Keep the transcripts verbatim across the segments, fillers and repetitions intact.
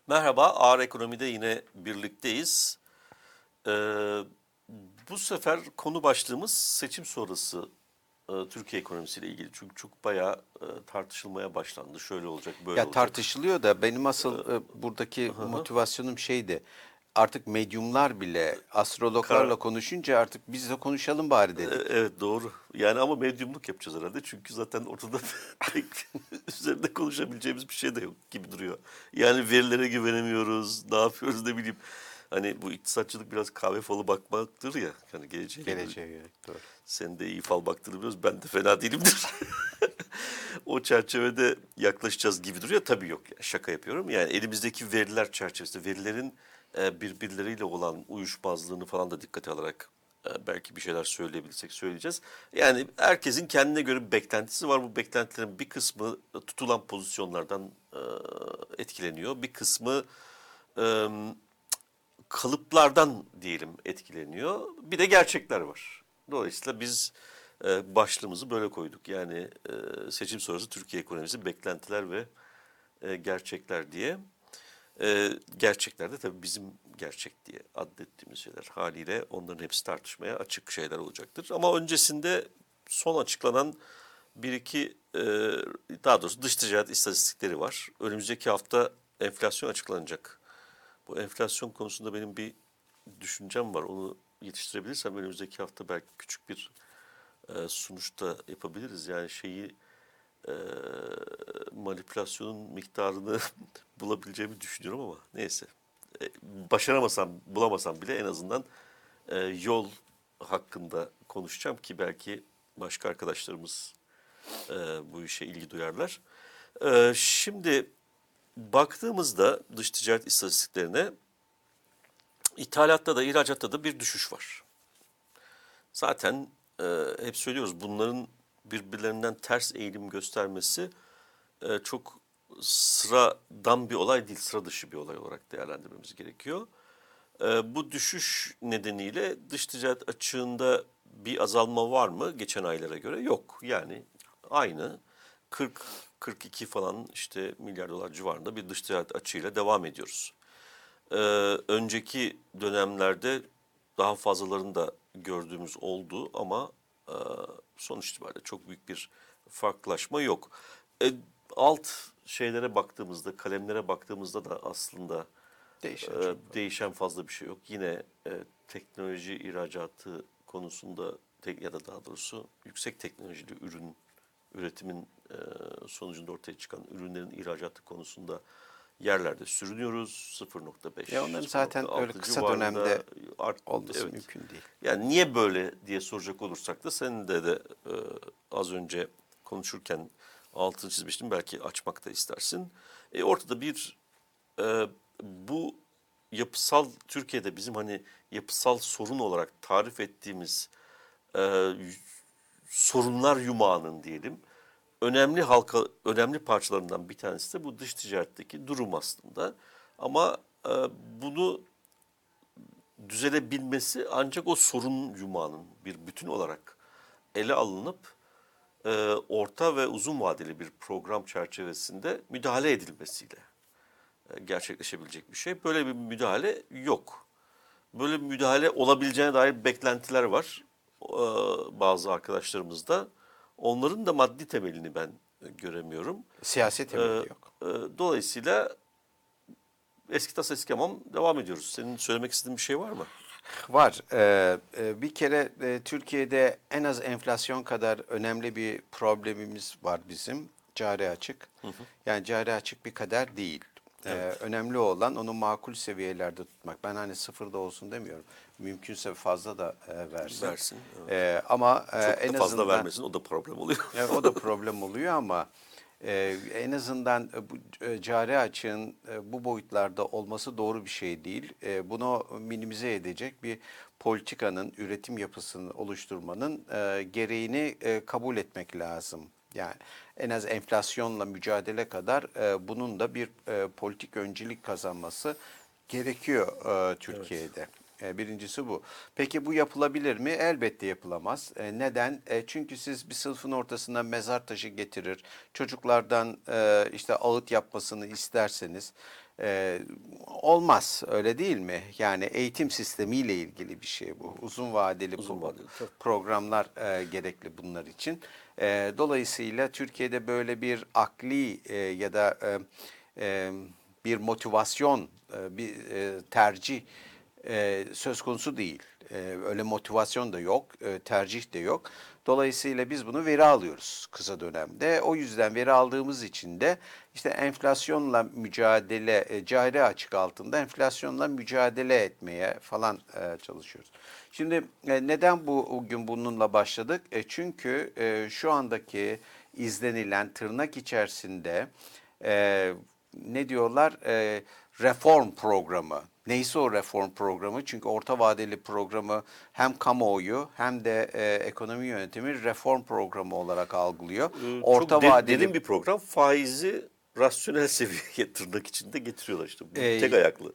Merhaba, Ağır Ekonomi'de yine birlikteyiz. Ee, Bu sefer konu başlığımız seçim sonrası e, Türkiye ekonomisiyle ilgili. Çünkü çok bayağı e, tartışılmaya başlandı. Şöyle olacak, böyle Ya olacak. tartışılıyor da benim asıl e, buradaki Hı hı. motivasyonum şeydi. Artık medyumlar bile Karar, astrologlarla konuşunca artık biz de konuşalım bari e, dedik. evet doğru. Yani ama medyumluk yapacağız herhalde. Çünkü zaten ortada pek üzerinde konuşabileceğimiz bir şey de yok gibi duruyor. Yani verilere güvenemiyoruz. Ne yapıyoruz ne bileyim. Hani bu iktisatçılık biraz kahve falı bakmaktır ya. Yani geleceğe ilgili. Geleceğe yönelik doğru. Sen de iyi fal baktığını biliyoruz. Ben de fena değilimdir. O çerçevede yaklaşacağız gibi duruyor. Tabii yok. Yani şaka yapıyorum. Yani elimizdeki veriler çerçevesinde verilerin e, birbirleriyle olan uyuşmazlığını falan da dikkate alarak e, belki bir şeyler söyleyebilirsek söyleyeceğiz. Yani herkesin kendine göre bir beklentisi var. Bu beklentilerin bir kısmı tutulan pozisyonlardan e, etkileniyor. Bir kısmı e, kalıplardan diyelim etkileniyor. Bir de gerçekler var. Dolayısıyla biz e, başlığımızı böyle koyduk. Yani e, seçim sonrası Türkiye ekonomisi beklentiler ve e, gerçekler diye. E, gerçekler de tabii bizim gerçek diye adettiğimiz şeyler. Haliyle onların hepsi tartışmaya açık şeyler olacaktır. Ama öncesinde son açıklanan bir iki e, daha doğrusu dış ticaret istatistikleri var. Önümüzdeki hafta enflasyon açıklanacak. Bu enflasyon konusunda benim bir düşüncem var. Onu yetiştirebilirsem önümüzdeki hafta belki küçük bir e, sunuş da yapabiliriz. Yani şeyi e, manipülasyonun miktarını bulabileceğimi düşünüyorum ama neyse. E, başaramasam, bulamasam bile en azından e, yol hakkında konuşacağım ki belki başka arkadaşlarımız e, bu işe ilgi duyarlar. E, şimdi baktığımızda dış ticaret istatistiklerine İthalatta da ihracatta da bir düşüş var. Zaten e, hep söylüyoruz bunların birbirlerinden ters eğilim göstermesi e, çok sıradan bir olay değil, sıra dışı bir olay olarak değerlendirmemiz gerekiyor. E, bu düşüş nedeniyle dış ticaret açığında bir azalma var mı geçen aylara göre? Yok. Yani aynı kırk kırk iki falan işte milyar dolar civarında bir dış ticaret açığıyla devam ediyoruz. Ee, Önceki dönemlerde daha fazlalarını da gördüğümüz oldu ama e, sonuç itibariyle çok büyük bir farklılaşma yok. E, Alt şeylere baktığımızda, kalemlere baktığımızda da aslında Değişen e, çok fazla bir şey. değişen fazla bir şey yok. Yine e, teknoloji ihracatı konusunda te- ya da daha doğrusu yüksek teknolojili ürün üretimin e, sonucunda ortaya çıkan ürünlerin ihracatı konusunda yerlerde sürünüyoruz. Ya sıfır nokta beş, onların zaten öyle sıfır nokta altı kısa civarında dönemde art, olması evet. mümkün değil. Yani niye böyle diye soracak olursak da senin de de e, az önce konuşurken altını çizmiştim. Belki açmak da istersin. E, ortada bir e, bu yapısal Türkiye'de bizim hani yapısal sorun olarak tarif ettiğimiz e, sorunlar yumağının diyelim önemli halka önemli parçalarından bir tanesi de bu dış ticaretteki durum aslında. Ama e, bunu düzelebilmesi ancak o sorun yumağının bir bütün olarak ele alınıp e, orta ve uzun vadeli bir program çerçevesinde müdahale edilmesiyle e, gerçekleşebilecek bir şey. Böyle bir müdahale yok. Böyle bir müdahale olabileceğine dair beklentiler var e, bazı arkadaşlarımızda. Onların da maddi temelini ben göremiyorum. Siyasi E, temeli yok. e, Dolayısıyla eski tas eski hamam devam ediyoruz. Senin söylemek istediğin bir şey var mı? Var. Ee, e, bir kere e, Türkiye'de en az enflasyon kadar önemli bir problemimiz var bizim. Cari açık. Yani cari açık bir kader değil. Ee, Evet. önemli olan onu makul seviyelerde tutmak. Ben hani sıfırda olsun demiyorum. Mümkünse fazla da e, versin. Versin. Evet. Ee, ama e, Çok da en fazla azından vermesin o da problem oluyor. e, o da problem oluyor ama e, en azından e, bu e, cari açığın e, bu boyutlarda olması doğru bir şey değil. E, bunu minimize edecek bir politikanın, üretim yapısını oluşturmanın e, gereğini e, kabul etmek lazım. Yani en az enflasyonla mücadele kadar e, bunun da bir e, politik öncülük kazanması gerekiyor e, Evet. Türkiye'de. E, birincisi bu. Peki bu yapılabilir mi? Elbette yapılamaz. E, neden? E, çünkü siz bir sınıfın ortasına mezar taşı getirir, çocuklardan e, işte ağıt yapmasını isterseniz e, olmaz. Öyle değil mi? Yani eğitim sistemiyle ilgili bir şey bu. Uzun vadeli Uzun pro- vadeli, tabii. programlar e, gerekli bunlar için. E, dolayısıyla Türkiye'de böyle bir akli e, ya da e, e, bir motivasyon, e, bir e, tercih e, söz konusu değil. E, öyle motivasyon da yok, e, tercih de yok. Dolayısıyla biz bunu veri alıyoruz kısa dönemde. O yüzden veri aldığımız için de işte enflasyonla mücadele, e, cari açık altında enflasyonla mücadele etmeye falan e, çalışıyoruz. Şimdi e, neden bu bugün bununla başladık? E, çünkü e, şu andaki izlenilen tırnak içerisinde e, ne diyorlar? E, reform programı. Neyse o reform programı? Çünkü orta vadeli programı hem kamuoyu hem de e, ekonomi yönetimi reform programı olarak algılıyor. Ee, Orta çok de- vadeli derin bir program. Faizi rasyonel seviyeye tırnak içinde getiriyorlar işte. Bu tek e, ayaklı.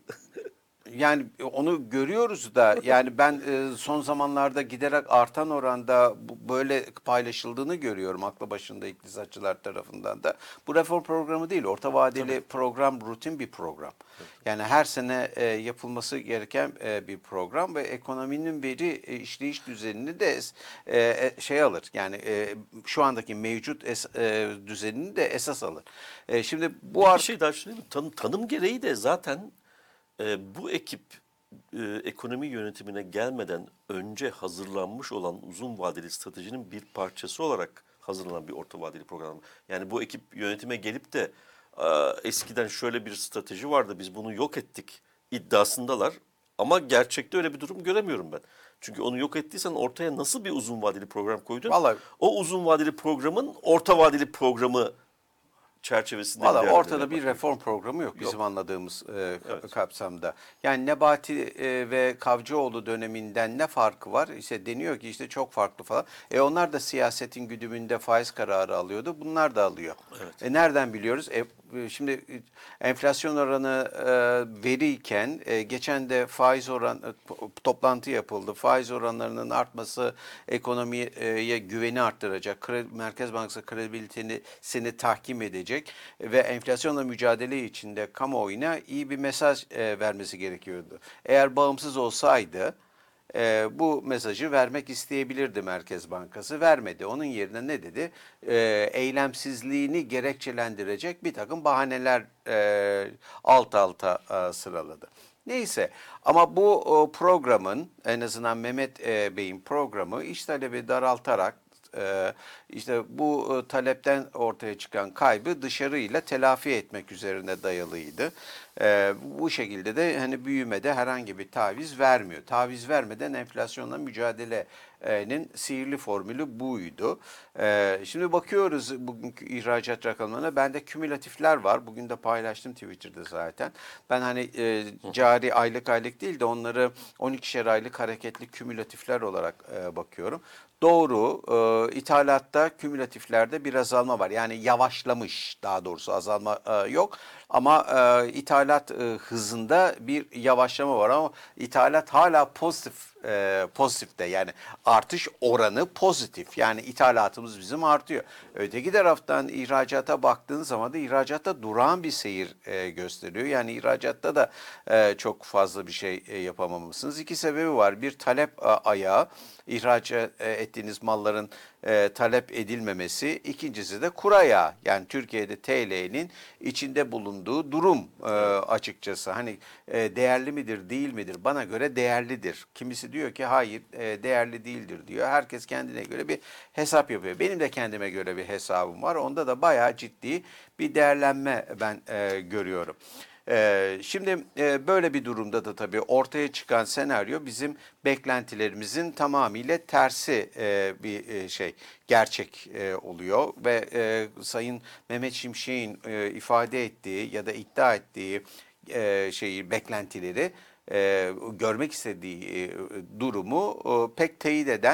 Yani onu görüyoruz da yani ben e, son zamanlarda giderek artan oranda bu- böyle paylaşıldığını görüyorum aklı başında iktisatçılar tarafından da. Bu reform programı değil, orta vadeli Tabii. program rutin bir program. Tabii. Yani her sene e, yapılması gereken e, bir program ve ekonominin veri e, işleyiş düzenini de es- e, e, şey alır. Yani e, şu andaki mevcut es- e, düzenini de esas alır. E, şimdi bu Bir, bir ar- şey daha söyleyeyim mi? Tan- tanım gereği de zaten e, bu ekip e, ekonomi yönetimine gelmeden önce hazırlanmış olan uzun vadeli stratejinin bir parçası olarak hazırlanan bir orta vadeli program. Yani bu ekip yönetime gelip de e, eskiden şöyle bir strateji vardı, biz bunu yok ettik iddiasındalar. Ama gerçekte öyle bir durum göremiyorum ben. Çünkü onu yok ettiysen ortaya nasıl bir uzun vadeli program koydun? Vallahi O uzun vadeli programın orta vadeli programı çerçevesinde bir Valla değerlendirmeye ortada bir başladık. reform programı yok bizim Yok. anladığımız e, ka- Evet. kapsamda. Yani Nebati e, ve Kavcıoğlu döneminden ne farkı var? İşte deniyor ki işte çok farklı falan. E onlar da siyasetin güdümünde faiz kararı alıyordu. Bunlar da alıyor. Evet. E nereden biliyoruz? E, e, şimdi e, enflasyon oranı e, veriyken e, geçen de faiz oran e, toplantı yapıldı. Faiz oranlarının artması ekonomiye güveni arttıracak. Kredi, Merkez Bankası kredibilitesini tahkim edecek ve enflasyonla mücadele içinde kamuoyuna iyi bir mesaj e, vermesi gerekiyordu. Eğer bağımsız olsaydı e, bu mesajı vermek isteyebilirdi Merkez Bankası. Vermedi. Onun yerine ne dedi? E, eylemsizliğini gerekçelendirecek bir takım bahaneler e, alt alta e, sıraladı. Neyse ama bu o, programın en azından Mehmet e, Bey'in programı iş talebi daraltarak e, işte bu e, talepten ortaya çıkan kaybı dışarıyla telafi etmek üzerine dayalıydı. E, bu şekilde de hani büyümede herhangi bir taviz vermiyor. Taviz vermeden enflasyonla mücadelenin sihirli formülü buydu. E, şimdi bakıyoruz bugünkü ihracat rakamlarına. Bende kümülatifler var. Bugün de paylaştım Twitter'da zaten. Ben hani e, cari aylık aylık değil de onları on ikişer aylık hareketli kümülatifler olarak e, bakıyorum. Doğru, e, ithalatta kümülatiflerde bir azalma var. Yani yavaşlamış daha doğrusu azalma e, yok. Ama e, ithalat e, hızında bir yavaşlama var ama ithalat hala pozitif e, pozitifte yani artış oranı pozitif. Yani ithalatımız bizim artıyor. Öteki taraftan ihracata baktığın zaman da ihracatta durağan bir seyir e, gösteriyor. Yani ihracatta da e, çok fazla bir şey e, yapamamışsınız. İki sebebi var. Bir talep e, ayağı ihraç e, ettiğiniz malların e, talep edilmemesi. İkincisi de kur ayağı. Yani Türkiye'de T L'nin içinde bulunduğu durum e, açıkçası. Hani e, değerli midir değil midir? Bana göre değerlidir. Kimisi diyor ki hayır e, değerli değildir diyor. Herkes kendine göre bir hesap yapıyor. Benim de kendime göre bir hesabım var. Onda da bayağı ciddi bir değerlenme ben e, görüyorum. Ee, şimdi e, böyle bir durumda da tabii ortaya çıkan senaryo bizim beklentilerimizin tamamıyla tersi e, bir e, şey gerçek e, oluyor ve e, Sayın Mehmet Şimşek'in e, ifade ettiği ya da iddia ettiği e, şeyi beklentileri e, görmek istediği e, durumu e, pek teyit eden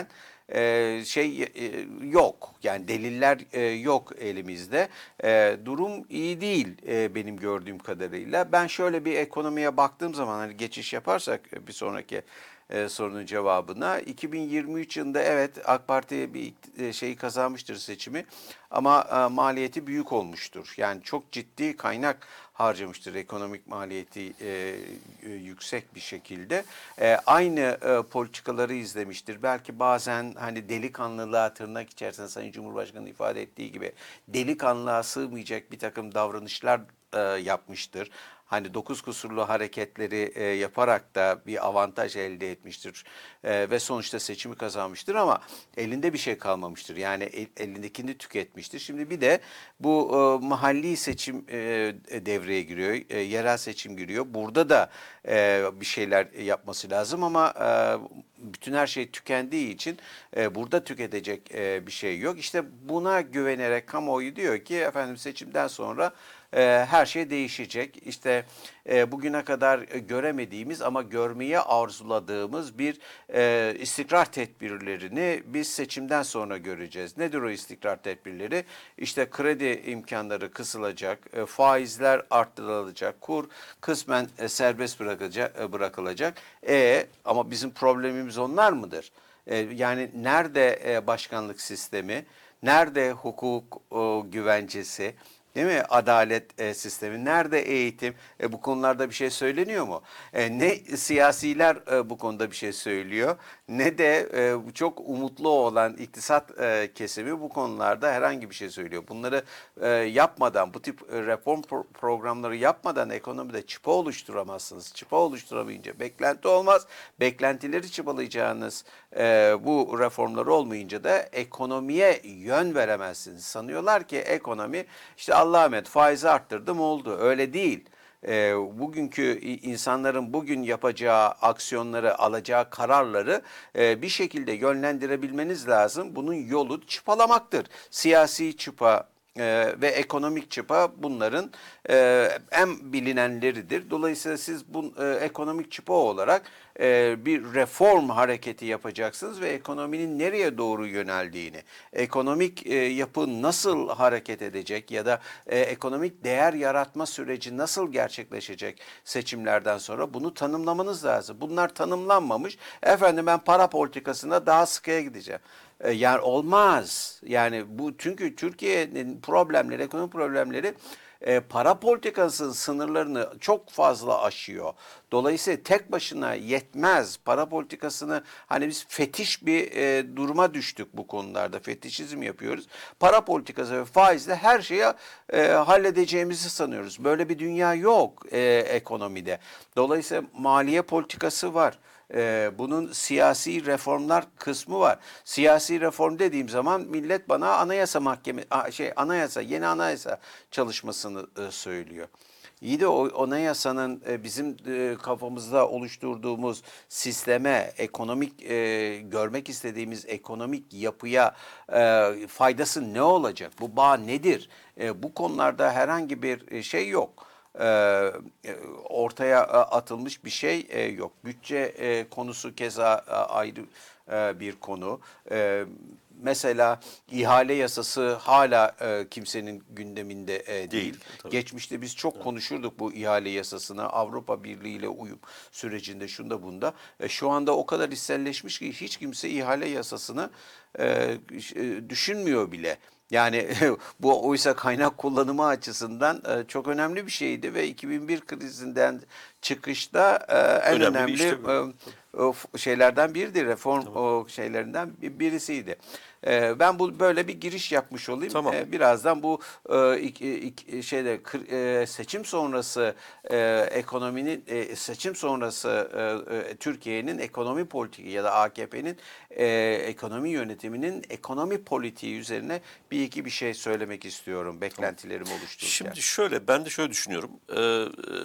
e, şey e, yok. Yani deliller e, yok elimizde. E, durum iyi değil e, benim gördüğüm kadarıyla. Ben şöyle bir ekonomiye baktığım zaman hani geçiş yaparsak e, bir sonraki e, sorunun cevabına iki bin yirmi üç yılında evet AK Parti bir e, şeyi kazanmıştır seçimi ama e, maliyeti büyük olmuştur. Yani çok ciddi kaynak harcamıştır ekonomik maliyeti e, e, yüksek bir şekilde. E, aynı e, politikaları izlemiştir. Belki bazen hani delikanlılığa tırnak içerisinde Sayın Cumhurbaşkanı ifade ettiği gibi delikanlılığa sığmayacak bir takım davranışlar e, yapmıştır. Hani dokuz kusurlu hareketleri e, yaparak da bir avantaj elde etmiştir e, ve sonuçta seçimi kazanmıştır ama elinde bir şey kalmamıştır. Yani el, elindekini tüketmiştir. Şimdi bir de bu e, mahalli seçim e, devreye giriyor, e, yerel seçim giriyor. Burada da e, bir şeyler yapması lazım ama e, bütün her şey tükendiği için e, burada tüketecek e, bir şey yok. İşte buna güvenerek kamuoyu diyor ki efendim seçimden sonra e, her şey değişecek. İşte e, bugüne kadar göremediğimiz ama görmeye arzuladığımız bir e, istikrar tedbirlerini biz seçimden sonra göreceğiz. Nedir o istikrar tedbirleri? İşte kredi imkanları kısılacak, e, faizler arttırılacak, kur kısmen e, serbest bırakacak, e, bırakılacak. E, ama bizim problemimiz onlar mıdır? E, yani nerede e, başkanlık sistemi, nerede hukuk e, güvencesi? Değil mi? Adalet e, sistemi. Nerede eğitim? E, bu konularda bir şey söyleniyor mu? E, ne siyasiler e, bu konuda bir şey söylüyor, ne de e, çok umutlu olan iktisat e, kesimi bu konularda herhangi bir şey söylüyor. Bunları e, yapmadan, bu tip e, reform pro- programları yapmadan ekonomide çıpa oluşturamazsınız. Çıpa oluşturamayınca beklenti olmaz. Beklentileri çıpalayacağınız e, bu reformlar olmayınca da ekonomiye yön veremezsiniz. Sanıyorlar ki ekonomi işte Allah'a emanet faizi arttırdım oldu. Öyle değil. E, bugünkü insanların bugün yapacağı aksiyonları, alacağı kararları e, bir şekilde yönlendirebilmeniz lazım. Bunun yolu çıpalamaktır. Siyasi çıpa e, ve ekonomik çıpa bunların e, en bilinenleridir. Dolayısıyla siz bu e, ekonomik çıpa olarak e, bir reform hareketi yapacaksınız ve ekonominin nereye doğru yöneldiğini, ekonomik e, yapı nasıl hareket edecek ya da e, ekonomik değer yaratma süreci nasıl gerçekleşecek seçimlerden sonra bunu tanımlamanız lazım. Bunlar tanımlanmamış. Efendim ben para politikasına daha sıkıya gideceğim. E, Yani olmaz. Yani bu çünkü Türkiye'nin problemleri, ekonomik problemleri e, para politikasının sınırlarını çok fazla aşıyor. Dolayısıyla tek başına yetmez. Para politikasını hani biz fetiş bir e, duruma düştük bu konularda. Fetişizm yapıyoruz. Para politikası ve faizle her şeyi e, halledeceğimizi sanıyoruz. Böyle bir dünya yok e, ekonomide. Dolayısıyla maliye politikası var. Ee, bunun siyasi reformlar kısmı var. Siyasi reform dediğim zaman millet bana anayasa mahkeme şey anayasa yeni anayasa çalışmasını e, söylüyor. İyi de o anayasanın e, bizim e, kafamızda oluşturduğumuz sisteme, ekonomik e, görmek istediğimiz ekonomik yapıya e, faydası ne olacak? Bu bağ nedir? E, bu konularda herhangi bir e, şey yok. E, ortaya atılmış bir şey e, yok. Bütçe e, konusu keza e, ayrı e, bir konu. E, mesela ihale yasası hala e, kimsenin gündeminde e, değil. Değil, tabii. Geçmişte biz çok konuşurduk bu ihale yasasına, Avrupa Birliği ile uyum sürecinde şunda bunda. E, şu anda o kadar içselleşmiş ki hiç kimse ihale yasasını e, düşünmüyor bile. Yani bu oysa kaynak kullanımı açısından e, çok önemli bir şeydi ve iki bin bir krizinden çıkışta e, en Önemli bir önemli işlem. e, şeylerden biridir, reform o şeylerinden birisiydi. E, Ben bu böyle bir giriş yapmış olayım. Tamam. E, Birazdan bu e, iki- iki- şeyde kır- e, seçim sonrası e, ekonominin e, seçim sonrası e, e, Türkiye'nin ekonomi politiği ya da A K P'nin e, ekonomi yönetiminin ekonomi politiği üzerine bir iki bir şey söylemek istiyorum beklentilerimi oluştururken. Şimdi şöyle, ben de şöyle düşünüyorum. Ee, e,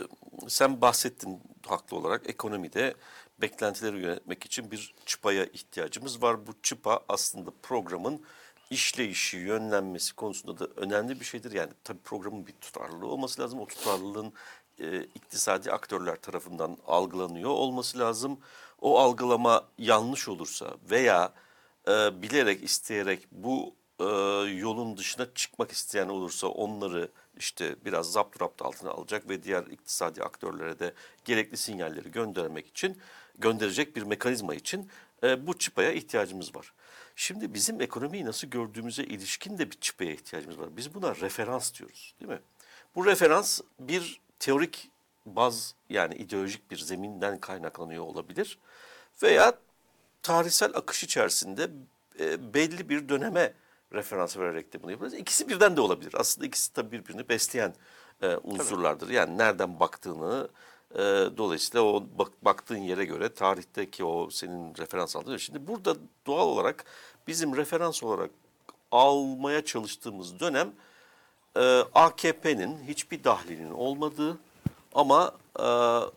sen bahsettin haklı olarak ekonomide beklentileri yönetmek için bir çıpaya ihtiyacımız var. Bu çıpa aslında programın işleyişi, yönlenmesi konusunda da önemli bir şeydir. Yani tabii programın bir tutarlılığı olması lazım. O tutarlılığın e, iktisadi aktörler tarafından algılanıyor olması lazım. O algılama yanlış olursa veya e, bilerek, isteyerek bu e, yolun dışına çıkmak isteyen olursa onları işte biraz zapturapt altına alacak ve diğer iktisadi aktörlere de gerekli sinyalleri göndermek için, gönderecek bir mekanizma için e, bu çıpaya ihtiyacımız var. Şimdi bizim ekonomiyi nasıl gördüğümüze ilişkin de bir çıpaya ihtiyacımız var. Biz buna referans diyoruz, değil mi? Bu referans bir teorik baz, yani ideolojik bir zeminden kaynaklanıyor olabilir veya tarihsel akış içerisinde e, belli bir döneme referans vererek de bunu yapabiliriz. İkisi birden de olabilir. Aslında ikisi tabii birbirini besleyen e, unsurlardır. Yani nereden baktığını, e, dolayısıyla o bak, baktığın yere göre tarihteki o senin referans aldığın. Şimdi burada doğal olarak bizim referans olarak almaya çalıştığımız dönem e, A K P'nin hiçbir dahlinin olmadığı ama e,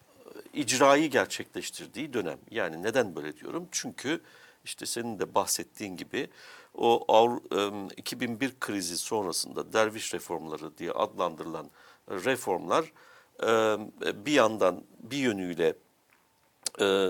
icrayı gerçekleştirdiği dönem. Yani neden böyle diyorum? Çünkü işte senin de bahsettiğin gibi o Avru- e, iki bin bir krizi sonrasında derviş reformları diye adlandırılan reformlar e, bir yandan bir yönüyle e,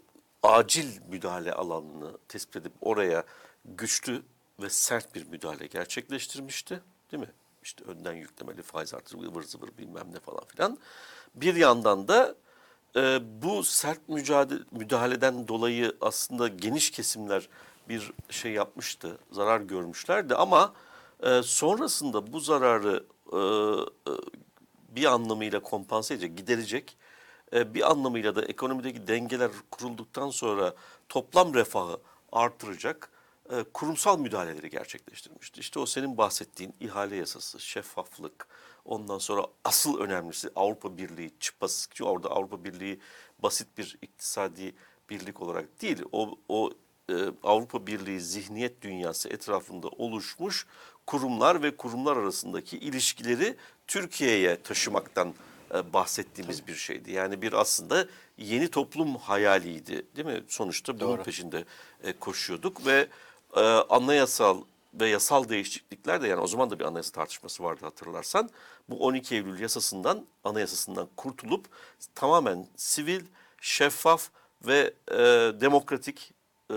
acil müdahale alanını tespit edip oraya güçlü ve sert bir müdahale gerçekleştirmişti. Değil mi? İşte önden yüklemeli faiz artırımı, ıvır zıvır bilmem ne falan filan. Bir yandan da e, bu sert mücadele, müdahaleden dolayı aslında geniş kesimler bir şey yapmıştı, zarar görmüşlerdi ama e, sonrasında bu zararı e, e, bir anlamıyla kompanse edecek, giderecek, e, bir anlamıyla da ekonomideki dengeler kurulduktan sonra toplam refahı artıracak e, kurumsal müdahaleleri gerçekleştirmişti. İşte o senin bahsettiğin ihale yasası, şeffaflık, ondan sonra asıl önemlisi Avrupa Birliği çıpası. Çünkü orada Avrupa Birliği basit bir iktisadi birlik olarak değil, o, o e, Avrupa Birliği zihniyet dünyası etrafında oluşmuş kurumlar ve kurumlar arasındaki ilişkileri Türkiye'ye taşımaktan e, bahsettiğimiz bir şeydi. Yani bir aslında yeni toplum hayaliydi, değil mi? Sonuçta bunun Doğru. peşinde e, koşuyorduk ve e, anayasal ve yasal değişiklikler de, yani o zaman da bir anayasa tartışması vardı hatırlarsan. Bu on iki Eylül yasasından, anayasasından kurtulup tamamen sivil, şeffaf ve e, demokratik e,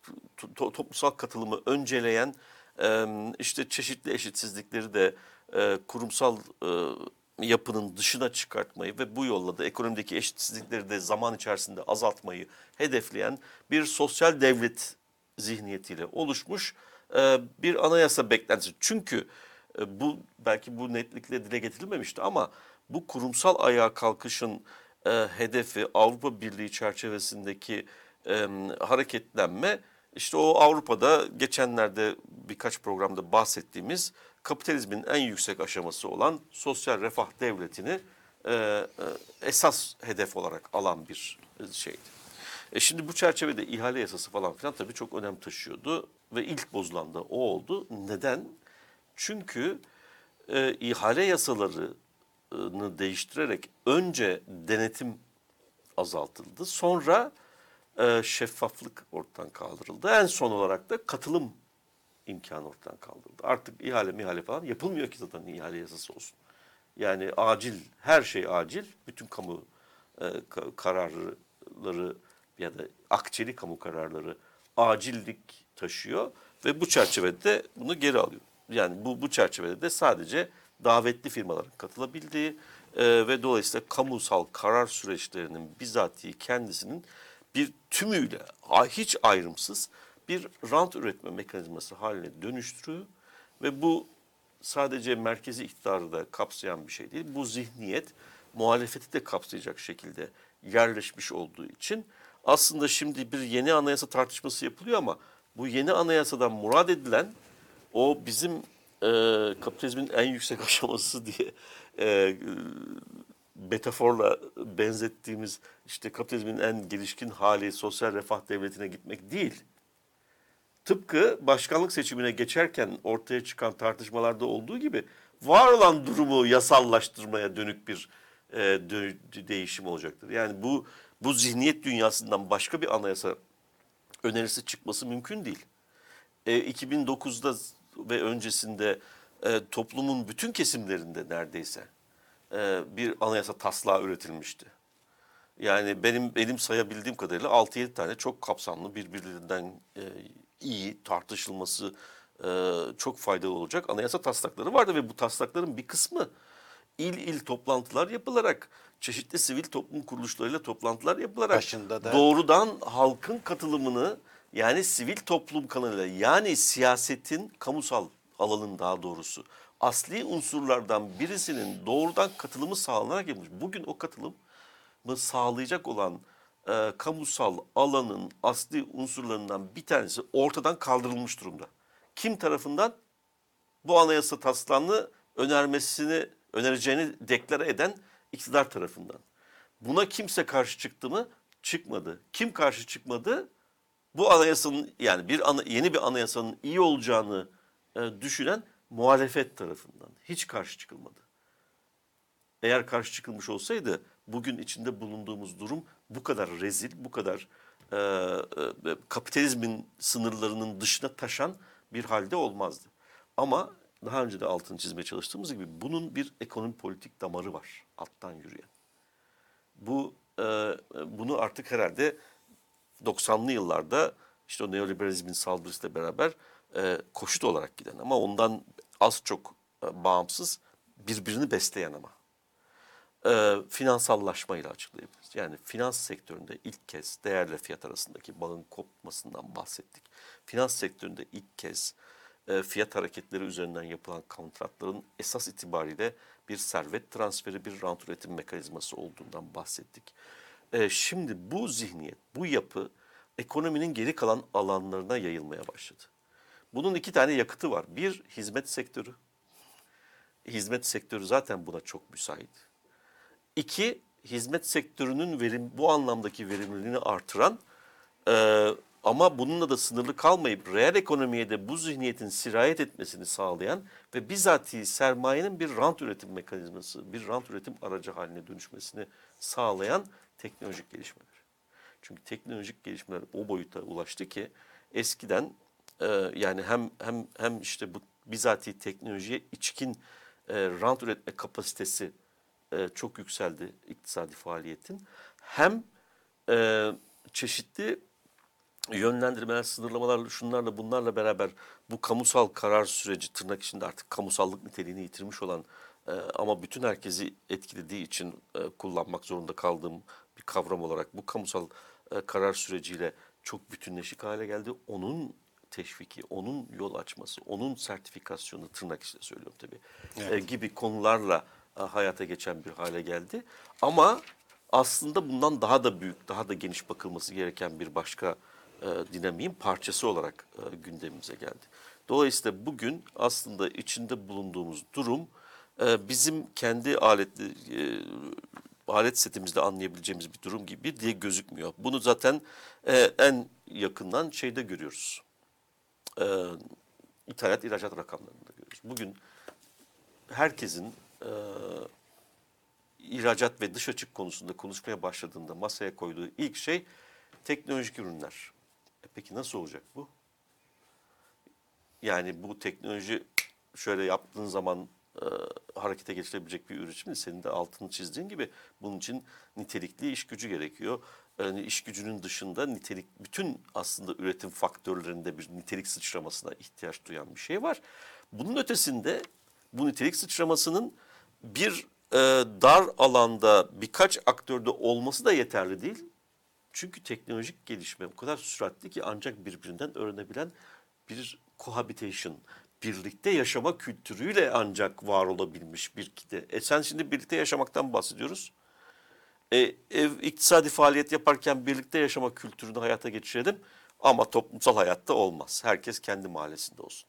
to- toplumsal katılımı önceleyen, e, işte çeşitli eşitsizlikleri de e, kurumsal e, yapının dışına çıkartmayı ve bu yolla da ekonomideki eşitsizlikleri de zaman içerisinde azaltmayı hedefleyen bir sosyal devlet zihniyetiyle oluşmuş e, bir anayasa beklentisi. Çünkü e, bu belki bu netlikle dile getirilmemişti ama bu kurumsal ayağa kalkışın e, hedefi Avrupa Birliği çerçevesindeki e, hareketlenme, işte o Avrupa'da geçenlerde birkaç programda bahsettiğimiz kapitalizmin en yüksek aşaması olan sosyal refah devletini e, e, esas hedef olarak alan bir şeydi. E şimdi bu çerçevede ihale yasası falan filan tabii çok önem taşıyordu ve ilk bozulan da o oldu. Neden? Çünkü e, ihale yasalarını değiştirerek önce denetim azaltıldı, sonra e, şeffaflık ortadan kaldırıldı. En son olarak da katılım imkanı ortadan kaldırıldı. Artık ihale mihale falan yapılmıyor ki zaten ihale yasası olsun. Yani acil, her şey acil. Bütün kamu e, ka- kararları ya da akçeli kamu kararları acillik taşıyor ve bu çerçevede bunu geri alıyor. Yani bu bu çerçevede de sadece davetli firmaların katılabildiği e, ve dolayısıyla kamusal karar süreçlerinin bizatihi kendisinin bir tümüyle hiç ayrımsız bir rant üretme mekanizması haline dönüştürüyor ve bu sadece merkezi iktidarı da kapsayan bir şey değil. Bu zihniyet muhalefeti de kapsayacak şekilde yerleşmiş olduğu için aslında şimdi bir yeni anayasa tartışması yapılıyor ama bu yeni anayasadan murad edilen o bizim e, kapitalizmin en yüksek aşaması diye e, metaforla benzettiğimiz işte kapitalizmin en gelişkin hali sosyal refah devletine gitmek değil. Tıpkı başkanlık seçimine geçerken ortaya çıkan tartışmalarda olduğu gibi var olan durumu yasallaştırmaya dönük bir e, dö- değişim olacaktır. Yani bu bu zihniyet dünyasından başka bir anayasa önerisi çıkması mümkün değil. E, iki bin dokuzda ve öncesinde e, toplumun bütün kesimlerinde neredeyse e, bir anayasa taslağı üretilmişti. Yani benim benim sayabildiğim kadarıyla altı yedi tane çok kapsamlı birbirlerinden e, iyi, tartışılması e, çok faydalı olacak anayasa taslakları vardı ve bu taslakların bir kısmı il il toplantılar yapılarak, çeşitli sivil toplum kuruluşlarıyla toplantılar yapılarak Başında da doğrudan halkın katılımını, yani sivil toplum kanalıyla, yani siyasetin kamusal alanın daha doğrusu asli unsurlardan birisinin doğrudan katılımı sağlanarak yapılmış. Bugün o katılımı sağlayacak olan e, kamusal alanın asli unsurlarından bir tanesi ortadan kaldırılmış durumda. Kim tarafından? Bu anayasa taslağını önermesini, önereceğini deklare eden iktidar tarafından. Buna kimse karşı çıktı mı? Çıkmadı. Kim karşı çıkmadı? Bu anayasanın, yani bir ana, yeni bir anayasanın iyi olacağını e, düşünen muhalefet tarafından. Hiç karşı çıkılmadı. Eğer karşı çıkılmış olsaydı bugün içinde bulunduğumuz durum bu kadar rezil, bu kadar e, e, kapitalizmin sınırlarının dışına taşan bir halde olmazdı. Ama daha önce de altını çizmeye çalıştığımız gibi bunun bir ekonomi politik damarı var alttan yürüyen. Bu e, bunu artık herhalde doksanlı yıllarda işte o neoliberalizmin saldırısıyla beraber e, koşut olarak giden ama ondan az çok e, bağımsız birbirini besleyen ama e, finansallaşmayla açıklayabiliriz. Yani finans sektöründe ilk kez değerle fiyat arasındaki bağın kopmasından bahsettik. Finans sektöründe ilk kez e, fiyat hareketleri üzerinden yapılan kontratların esas itibariyle bir servet transferi, bir rant üretim mekanizması olduğundan bahsettik. E, şimdi bu zihniyet, bu yapı ekonominin geri kalan alanlarına yayılmaya başladı. Bunun iki tane yakıtı var. Bir, hizmet sektörü. Hizmet sektörü zaten buna çok müsait. İki, hizmet sektörünün verim, bu anlamdaki verimliliğini artıran e, ama bununla da sınırlı kalmayıp reel ekonomiye de bu zihniyetin sirayet etmesini sağlayan ve bizatihi sermayenin bir rant üretim mekanizması, bir rant üretim aracı haline dönüşmesini sağlayan teknolojik gelişmeler. Çünkü teknolojik gelişmeler o boyuta ulaştı ki eskiden e, yani hem hem hem işte bu bizatihi teknolojiye içkin e, rant üretme kapasitesi e, çok yükseldi iktisadi faaliyetin. Hem e, çeşitli yönlendirmeler, sınırlamalar, şunlarla bunlarla beraber bu kamusal karar süreci tırnak içinde artık kamusallık niteliğini yitirmiş olan e, ama bütün herkesi etkilediği için e, kullanmak zorunda kaldığım bir kavram olarak bu kamusal e, karar süreciyle çok bütünleşik hale geldi. Onun teşviki, onun yol açması, onun sertifikasyonu tırnak içinde söylüyorum tabii Evet. e, gibi konularla e, hayata geçen bir hale geldi. Ama aslında bundan daha da büyük, daha da geniş bakılması gereken bir başka e, dinamiğin parçası olarak e, gündemimize geldi. Dolayısıyla bugün aslında içinde bulunduğumuz durum e, bizim kendi aletli e, alet setimizde anlayabileceğimiz bir durum gibi diye gözükmüyor. Bunu zaten e, en yakından şeyde görüyoruz. E, ithalat ihracat rakamlarında görüyoruz. Bugün herkesin e, ihracat ve dış açık konusunda konuşmaya başladığında masaya koyduğu ilk şey teknolojik ürünler. E peki nasıl olacak bu? Yani bu teknoloji şöyle yaptığın zaman e, harekete geçirebilecek bir üretim değil. Senin de altını çizdiğin gibi bunun için nitelikli iş gücü gerekiyor. Yani iş gücünün dışında nitelik, bütün aslında üretim faktörlerinde bir nitelik sıçramasına ihtiyaç duyan bir şey var. Bunun ötesinde bu nitelik sıçramasının bir e, dar alanda birkaç aktörde olması da yeterli değil. Çünkü teknolojik gelişme o kadar süratli ki ancak birbirinden öğrenebilen bir cohabitation, birlikte yaşama kültürüyle ancak var olabilmiş bir kitle. E sen şimdi birlikte yaşamaktan bahsediyoruz. E, ev iktisadi faaliyet yaparken birlikte yaşama kültürünü hayata geçirelim ama toplumsal hayatta olmaz. Herkes kendi mahallesinde olsun.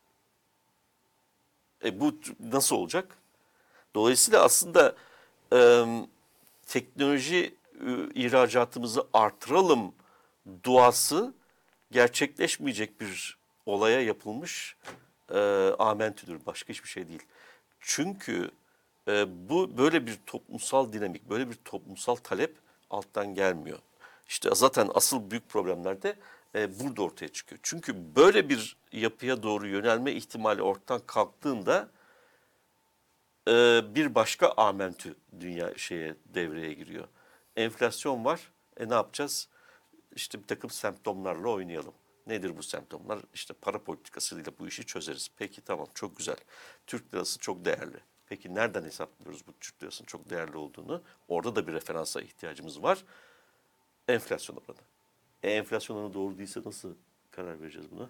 E bu nasıl olacak? Dolayısıyla aslında e, teknoloji e, ihracatımızı artıralım duası gerçekleşmeyecek bir olaya yapılmış e, amentüdür. Başka hiçbir şey değil. Çünkü e, bu böyle bir toplumsal dinamik, böyle bir toplumsal talep alttan gelmiyor. İşte zaten asıl büyük problemler de e, burada ortaya çıkıyor. Çünkü böyle bir yapıya doğru yönelme ihtimali ortadan kalktığında e, bir başka amentü dünya şeye devreye giriyor. Enflasyon var. E ne yapacağız? İşte bir takım semptomlarla oynayalım. Nedir bu semptomlar? İşte para politikasıyla bu işi çözeriz. Peki tamam, çok güzel. Türk lirası çok değerli. Peki nereden hesaplıyoruz bu Türk lirasının çok değerli olduğunu? Orada da bir referansa ihtiyacımız var. Enflasyon oranı. E, enflasyon oranı doğru değilse nasıl karar vereceğiz buna?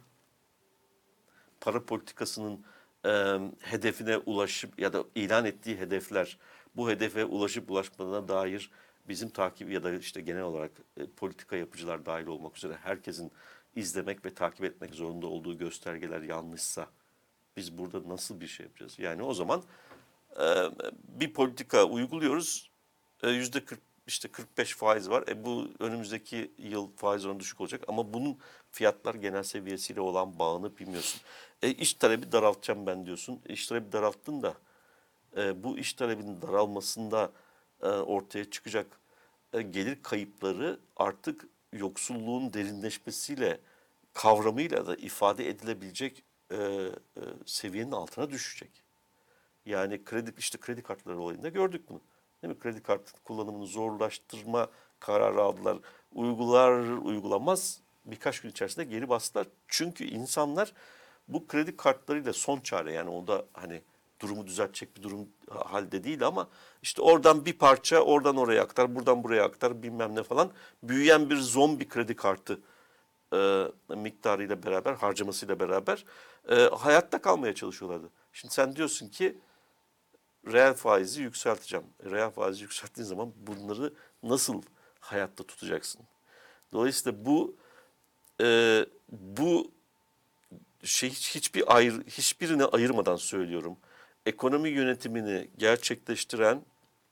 Para politikasının e, hedefine ulaşıp ya da ilan ettiği hedefler, bu hedefe ulaşıp ulaşmadığına dair bizim takip ya da işte genel olarak e, politika yapıcılar dahil olmak üzere herkesin izlemek ve takip etmek zorunda olduğu göstergeler yanlışsa biz burada nasıl bir şey yapacağız? Yani o zaman e, bir politika uyguluyoruz, e, yüzde kırk işte kırk beş faiz var. E bu önümüzdeki yıl faiz oranı düşük olacak ama bunun fiyatlar genel seviyesiyle olan bağını bilmiyorsun. E iş talebi daraltacağım ben diyorsun. E, iş talebi daralttın da e, bu iş talebinin daralmasında e, ortaya çıkacak e, gelir kayıpları artık yoksulluğun derinleşmesiyle kavramıyla da ifade edilebilecek e, e, seviyenin altına düşecek. Yani kredi işte kredi kartları olayında gördük bunu. Değil mi? Kredi kartı kullanımını zorlaştırma kararı aldılar. Uygular uygulamaz birkaç gün içerisinde geri bastılar. Çünkü insanlar bu kredi kartlarıyla son çare, yani o da hani durumu düzeltecek bir durum halde değil ama işte oradan bir parça oradan oraya aktar, buradan buraya aktar bilmem ne falan, büyüyen bir zombi kredi kartı e, miktarıyla beraber, harcamasıyla beraber e, hayatta kalmaya çalışıyorlardı. Şimdi sen diyorsun ki reel faizi yükselteceğim. Reel faizi yükselttiğin zaman bunları nasıl hayatta tutacaksın? Dolayısıyla bu e, bu şey hiçbir ayrı, hiçbirini ayırmadan söylüyorum. Ekonomi yönetimini gerçekleştiren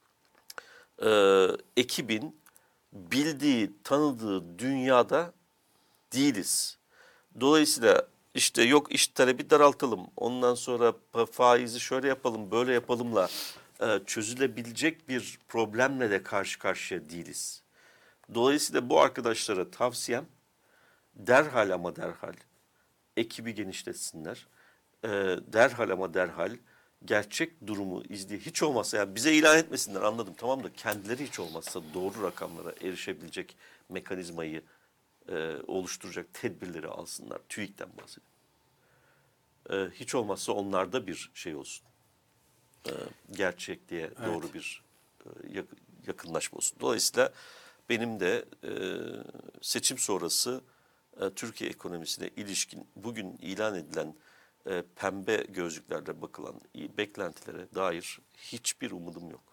e, ekibin bildiği, tanıdığı dünyada değiliz. Dolayısıyla işte yok iş talebi daraltalım, ondan sonra faizi şöyle yapalım, böyle yapalımla e, çözülebilecek bir problemle de karşı karşıya değiliz. Dolayısıyla bu arkadaşlara tavsiyem derhal ama derhal ekibi genişletsinler. E, derhal ama derhal gerçek durumu izleye, hiç olmazsa yani bize ilan etmesinler, anladım tamam da kendileri hiç olmazsa doğru rakamlara erişebilecek mekanizmayı e, oluşturacak tedbirleri alsınlar. TÜİK'ten bahsediyorum. E, hiç olmazsa onlarda bir şey olsun. E, gerçekliğe Evet. doğru bir e, yak- yakınlaşma olsun. Dolayısıyla benim de e, seçim sonrası e, Türkiye ekonomisine ilişkin bugün ilan edilen e, pembe gözlüklerle bakılan i- beklentilere dair hiçbir umudum yok.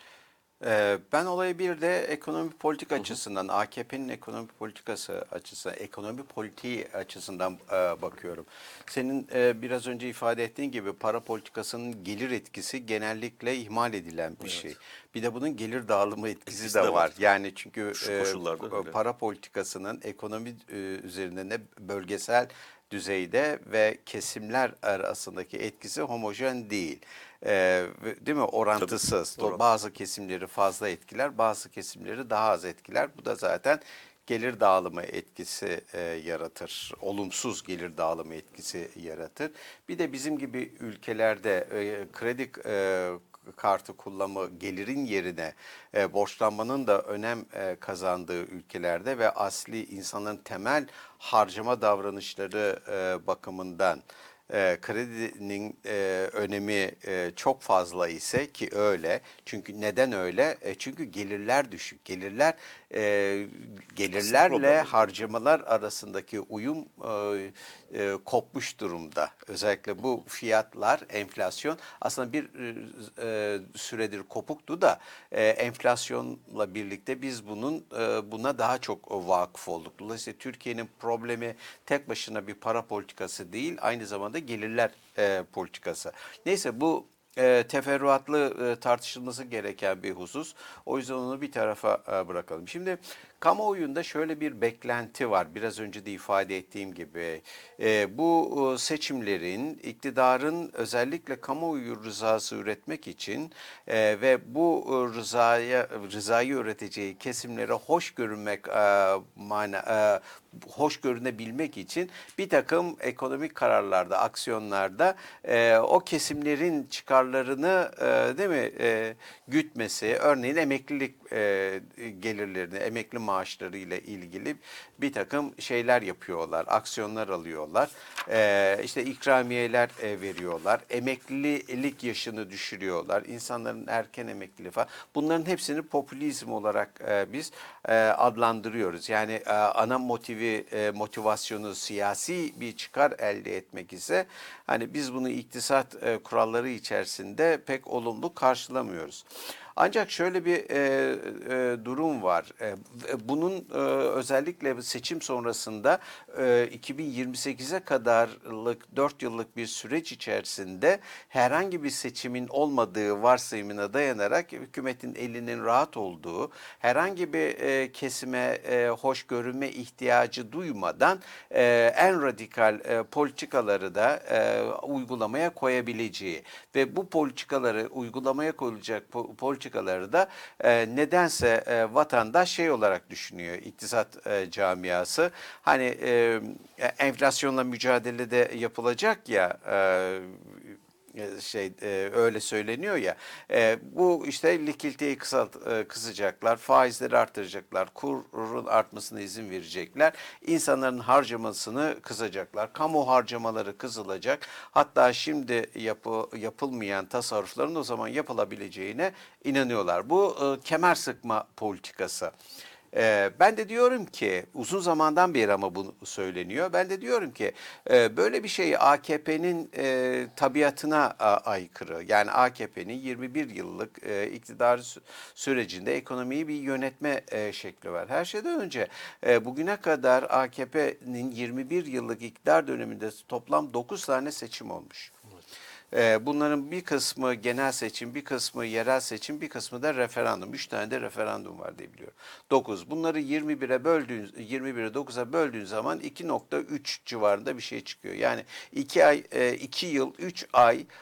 Ee, Ben olayı bir de ekonomi politik açısından, A K P'nin ekonomi politikası açısından, ekonomi politiği açısından e, bakıyorum. Senin e, biraz önce ifade ettiğin gibi para politikasının gelir etkisi genellikle ihmal edilen bir şey. Bir de bunun gelir dağılımı etkisi Etkisi de de var. var. Yani çünkü Şu e, koşullarda öyle. para politikasının ekonomi e, üzerinde ne bölgesel düzeyde ve kesimler arasındaki etkisi homojen değil. Ee, ve- değil mi? Orantısız. Tabii, Do- Bazı kesimleri fazla etkiler, bazı kesimleri daha az etkiler. Bu da zaten gelir dağılımı etkisi e, yaratır. Olumsuz gelir dağılımı etkisi yaratır. Bir de bizim gibi ülkelerde e, kredi e, kartı kullanımı gelirin yerine e, borçlanmanın da önem e, kazandığı ülkelerde ve asli insanların temel harcama davranışları e, bakımından e, kredinin e, önemi e, çok fazla ise ki öyle. Çünkü neden öyle? E, çünkü gelirler düşük. Gelirler e, gelirlerle problem. harcamalar arasındaki uyum e, e, kopmuş durumda. Özellikle bu fiyatlar, enflasyon aslında bir e, e, süredir kopuktu da e, enflasyonla birlikte biz bunun e, buna daha çok vakıf olduk. Dolayısıyla Türkiye'nin problemi tek başına bir para politikası değil, aynı zamanda gelirler e, politikası. Neyse bu e, teferruatlı e, tartışılması gereken bir husus. O yüzden onu bir tarafa e, bırakalım. Şimdi kamuoyunda şöyle bir beklenti var. Biraz önce de ifade ettiğim gibi e, bu e, seçimlerin iktidarın özellikle kamuoyu rızası üretmek için e, ve bu e, rızaya rızayı üreteceği kesimlere hoş görünmek e, mana e, hoş görünebilmek için bir takım ekonomik kararlarda, aksiyonlarda e, o kesimlerin çıkarlarını e, değil mi e, gütmesi, örneğin emeklilik e, gelirlerini, emekli maaşları ile ilgili bir takım şeyler yapıyorlar, aksiyonlar alıyorlar. E, işte ikramiyeler e, veriyorlar, emeklilik yaşını düşürüyorlar, insanların erken emekliliği falan. Bunların hepsini popülizm olarak e, biz e, adlandırıyoruz. Yani e, ana motivi, e, motivasyonu siyasi bir çıkar elde etmek ise hani biz bunu iktisat e, kuralları içerisinde pek olumlu karşılamıyoruz. Ancak şöyle bir e, e, durum var. E, bunun e, özellikle seçim sonrasında e, iki bin yirmi sekize kadarlık dört yıllık bir süreç içerisinde herhangi bir seçimin olmadığı varsayımına dayanarak hükümetin elinin rahat olduğu, herhangi bir e, kesime e, hoş görünme ihtiyacı duymadan e, en radikal e, politikaları da e, uygulamaya koyabileceği ve bu politikaları uygulamaya koyulacak po- politikaları da e, nedense e, vatandaş şey olarak düşünüyor, iktisat e, camiası. Hani e, enflasyonla mücadelede yapılacak ya e, şey e, öyle söyleniyor ya e, bu işte likiditeyi kısalt, e, kısacaklar, faizleri artıracaklar, kurun artmasına izin verecekler, insanların harcamasını kısacaklar, kamu harcamaları kısılacak, hatta şimdi yapı, yapılmayan tasarrufların o zaman yapılabileceğine inanıyorlar. Bu e, kemer sıkma politikası. Ee, ben de diyorum ki uzun zamandan beri ama bu söyleniyor. Ben de diyorum ki e, böyle bir şey A K P'nin e, tabiatına a, aykırı. Yani A K P'nin yirmi bir yıllık e, iktidar sü- sürecinde ekonomiyi bir yönetme e, şekli var. Her şeyden önce e, bugüne kadar A K P'nin yirmi bir yıllık iktidar döneminde toplam dokuz tane seçim olmuş. Ee, Bunların bir kısmı genel seçim, bir kısmı yerel seçim, bir kısmı da referandum. Üç tane de referandum var diye biliyorum. Dokuz. Bunları yirmi bire böldüğün, yirmi bire dokuza böldüğün zaman iki nokta üç civarında bir şey çıkıyor. Yani iki ay, e, iki yıl, üç ay e,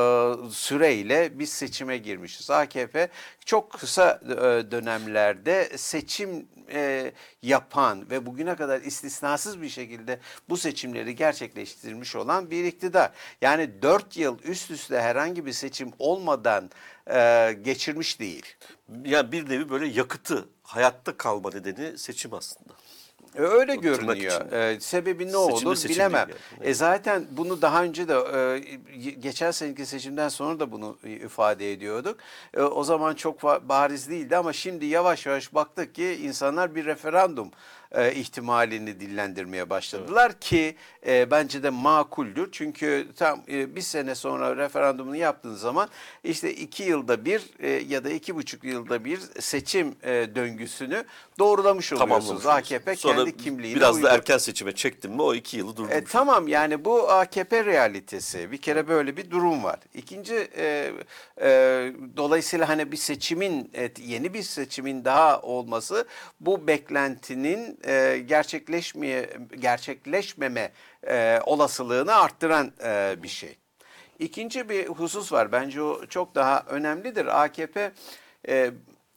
süreyle biz seçime girmişiz. A K P çok kısa e, dönemlerde seçim e, yapan ve bugüne kadar istisnasız bir şekilde bu seçimleri gerçekleştirmiş olan bir iktidar. Yani dört yıl üst üste herhangi bir seçim olmadan e, geçirmiş değil. Yani bir nevi böyle yakıtı, hayatta kalma nedeni seçim aslında. E, Öyle O tırnak görünüyor. içinde. E, sebebi ne Seçim de olur seçim bilemem. değil yani. E, zaten bunu daha önce de e, geçen seneki seçimden sonra da bunu ifade ediyorduk. E, o zaman çok va- bariz değildi ama şimdi yavaş yavaş baktık ki insanlar bir referandum e, ihtimalini dillendirmeye başladılar ki e, bence de makuldür. Çünkü tam e, bir sene sonra referandumunu yaptığın zaman işte iki yılda bir e, ya da iki buçuk yılda bir seçim e, döngüsünü doğrulamış oluyorsunuz. Tamamlamış A K P oluyorsun. Sonra kendi kimliğine biraz da uygun. erken seçime çektin mi o iki yılı E, durdurmuş. tamam yani bu A K P realitesi. Bir kere böyle bir durum var. İkinci e, e, dolayısıyla hani bir seçimin e, yeni bir seçimin daha olması bu beklentinin e, gerçekleşmeye gerçekleşmeme e, olasılığını arttıran e, bir şey. İkinci bir husus var. Bence o çok daha önemlidir. A K P e,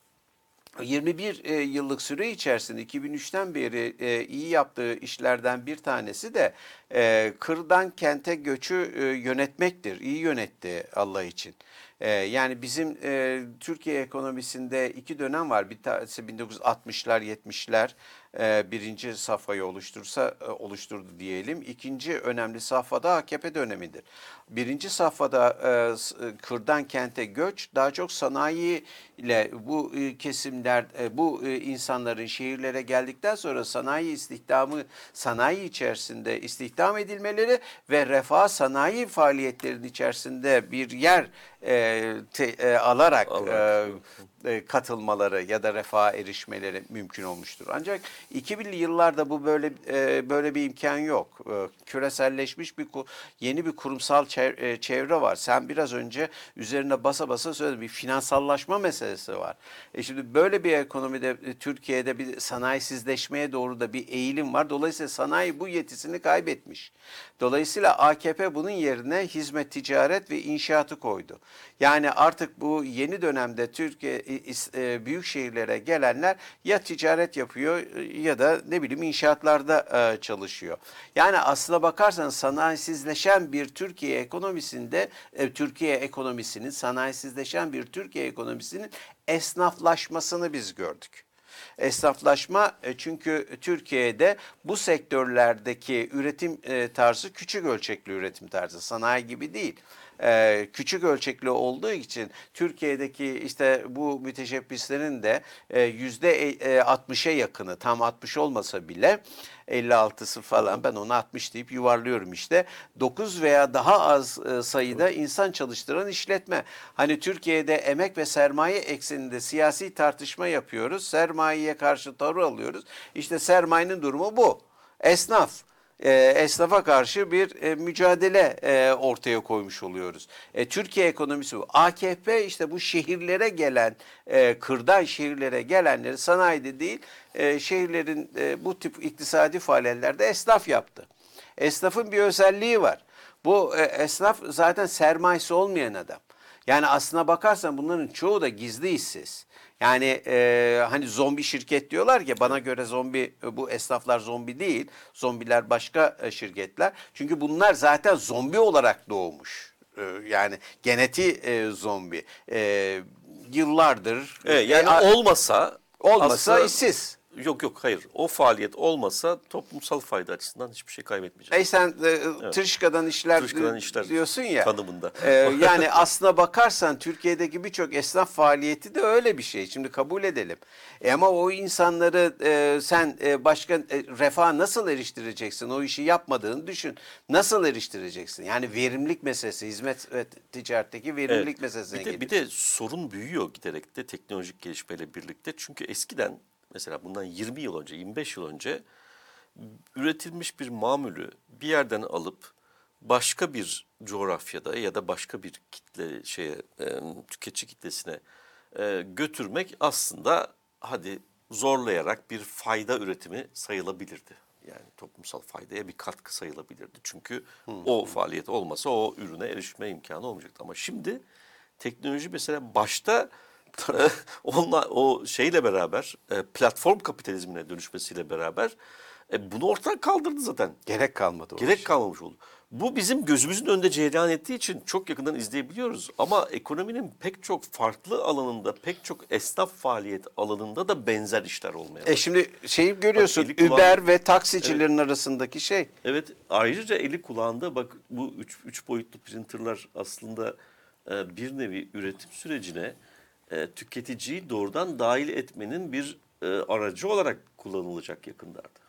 yirmi bir e, yıllık süre içerisinde iki bin üçten beri e, iyi yaptığı işlerden bir tanesi de e, kırdan kente göçü e, yönetmektir. İyi yönetti Allah için. E, yani bizim e, Türkiye ekonomisinde iki dönem var. Bir tanesi bin dokuz yüz altmışlar yetmişler e, birinci safhayı oluştursa e, oluşturdu diyelim. İkinci önemli safhada A K P dönemidir. Birinci safhada e, s- e, kırdan kente göç daha çok sanayi ile bu e, kesimler, e, bu e, insanların şehirlere geldikten sonra sanayi istihdamı, sanayi içerisinde istihdam edilmeleri ve refah sanayi faaliyetlerinin içerisinde bir yer e, te, e, alarak Alarak. e, e, katılmaları ya da refaha erişmeleri mümkün olmuştur. Ancak iki binli yıllarda bu böyle e, böyle bir imkan yok. E, küreselleşmiş bir ku- yeni bir kurumsal çev- e, çevre var. Sen biraz önce üzerine basa basa söyledin, bir finansallaşma meselesi var. E şimdi böyle bir ekonomide e, Türkiye'de bir sanayisizleşmeye doğru da bir eğilim var. Dolayısıyla sanayi bu yetisini kaybetmiş. Dolayısıyla A K P bunun yerine hizmet, ticaret ve inşaatı koydu. Yani artık bu yeni dönemde Türkiye is- e, büyük şehirlere gelenler ya ticaret yapıyor e, ya da ne bileyim inşaatlarda e, çalışıyor. Yani aslına bakarsanız sanayisizleşen bir Türkiye ekonomisinde e, Türkiye ekonomisinin sanayisizleşen bir Türkiye ekonomisinin esnaflaşmasını biz gördük. Esnaflaşma e, çünkü Türkiye'de bu sektörlerdeki üretim e, tarzı küçük ölçekli üretim tarzı, sanayi gibi değil. E, küçük ölçekli olduğu için Türkiye'deki işte bu müteşebbislerin de e, yüzde altmışa yakını, tam altmış olmasa bile elli altısı falan, ben onu altmış deyip yuvarlıyorum işte, dokuz veya daha az e, sayıda insan çalıştıran işletme. Hani Türkiye'de emek ve sermaye ekseninde siyasi tartışma yapıyoruz. Sermayeye karşı tavır alıyoruz. İşte sermayenin durumu bu. Esnaf. E, esnafa karşı bir e, mücadele e, ortaya koymuş oluyoruz. E, Türkiye ekonomisi bu. A K P işte bu şehirlere gelen, e, kırdan şehirlere gelenleri sanayide değil, e, şehirlerin e, bu tip iktisadi faaliyetlerde esnaf yaptı. Esnafın bir özelliği var. Bu e, esnaf zaten sermayesi olmayan adam. Yani aslına bakarsan bunların çoğu da gizli işsiz. Yani e, hani zombi şirket diyorlar ki, bana göre zombi, bu esnaflar zombi değil. Zombiler başka e, şirketler. Çünkü bunlar zaten zombi olarak doğmuş. E, yani genetiği e, zombi. E, yıllardır. Evet, yani e, olmasa olmasa aslında- işsiz. Yok yok hayır. O faaliyet olmasa toplumsal fayda açısından hiçbir şey kaybetmeyecek. E sen e, tırışkadan işler, Tırışkadan işler diyorsun ya. tanımında. E, yani aslına bakarsan Türkiye'deki birçok esnaf faaliyeti de öyle bir şey. Şimdi kabul edelim. E ama o insanları e, sen e, başka e, refaha nasıl eriştireceksin? O işi yapmadığını düşün. Nasıl eriştireceksin? Yani verimlilik meselesi, hizmet ve ticaretteki verimlilik Evet. meselesine Bir de, bir geliyor. de sorun büyüyor giderek de teknolojik gelişmeyle birlikte. Çünkü eskiden mesela bundan yirmi yıl önce, yirmi beş yıl önce üretilmiş bir mamulü bir yerden alıp başka bir coğrafyada ya da başka bir kitle şeye e, tüketici kitlesine e, götürmek aslında hadi zorlayarak bir fayda üretimi sayılabilirdi. Yani toplumsal faydaya bir katkı sayılabilirdi. Çünkü o faaliyet olmasa o ürüne erişme imkanı olmayacaktı. Ama şimdi teknoloji mesela başta e, onunla, o şeyle beraber e, platform kapitalizmine dönüşmesiyle beraber e, bunu ortadan kaldırdı zaten. Gerek kalmadı o Gerek işe. kalmamış oldu. Bu bizim gözümüzün önünde cereyan ettiği için çok yakından izleyebiliyoruz. Ama ekonominin pek çok farklı alanında, pek çok esnaf faaliyet alanında da benzer işler olmaya başladı. E şimdi şeyi görüyorsun, Bak, eli kulağın- Uber ve taksicilerin arasındaki şey. Evet, ayrıca eli kulağında bak bu üç, üç boyutlu printerlar aslında e, bir nevi üretim sürecine e, tüketiciyi doğrudan dahil etmenin bir e, aracı olarak kullanılacak yakınlarda.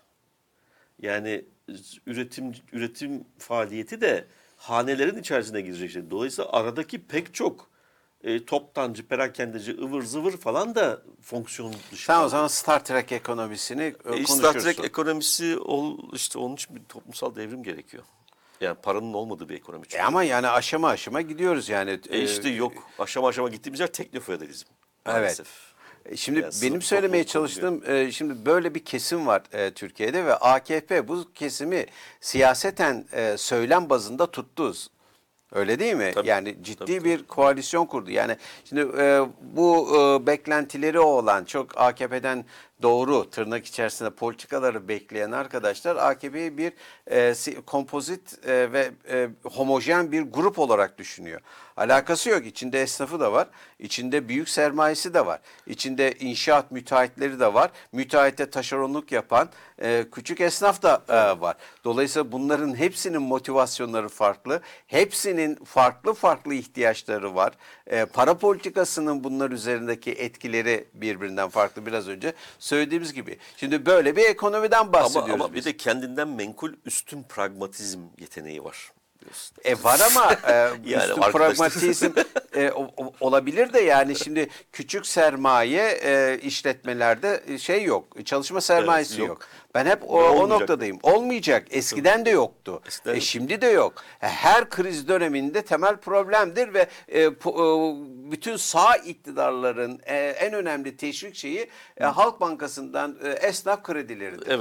Yani üretim üretim faaliyeti de hanelerin içerisine girecek. Dolayısıyla aradaki pek çok e, toptancı, perakendeci, ıvır zıvır falan da fonksiyon dışı. Sen o kaldı. zaman Star Trek ekonomisini e, E, konuşursun. Star Trek ekonomisi ol, işte onun için bir toplumsal devrim gerekiyor. Yani paranın olmadığı bir ekonomi çünkü. E ama yani aşama aşama gidiyoruz yani. E işte yok aşama aşama gittiğimiz yer teknofeodalizm. Maalesef. E Şimdi Yani benim sınıf söylemeye toplum çalıştığım e, şimdi böyle bir kesim var e, Türkiye'de ve A K P bu kesimi siyaseten e, söylem bazında tuttu. Öyle değil mi? Tabii, yani ciddi tabii, tabii. bir koalisyon kurdu. Yani şimdi e, bu e, beklentileri olan çok A K P'den doğru tırnak içerisinde politikaları bekleyen arkadaşlar A K P'yi bir e, si- kompozit e, ve e, homojen bir grup olarak düşünüyor. Alakası yok. İçinde esnafı da var. İçinde büyük sermayesi de var. İçinde inşaat müteahhitleri de var. Müteahhite taşeronluk yapan e, küçük esnaf da e, var. Dolayısıyla bunların hepsinin motivasyonları farklı. Hepsinin farklı farklı ihtiyaçları var. E, para politikasının bunlar üzerindeki etkileri birbirinden farklı, biraz önce söylediğimiz gibi. Şimdi böyle bir ekonomiden Ama, bahsediyoruz ama bir biz. de kendinden menkul üstün pragmatizm yeteneği var. Diyorsun. E var ama e, Yani üstün arkadaşlar- pragmatizm e, o- o- olabilir de yani şimdi küçük sermaye e, işletmelerde şey yok. Çalışma sermayesi yok. yok. Ben hep o, Ve o olmayacak. noktadayım. Olmayacak. Eskiden de yoktu. Eskiden- E, şimdi de yok. E, Her kriz döneminde temel problemdir ve e, po- e, bütün sağ iktidarların e, en önemli teşvik şeyi e, Halk Bankası'ndan e, esnaf kredileridir. Evet.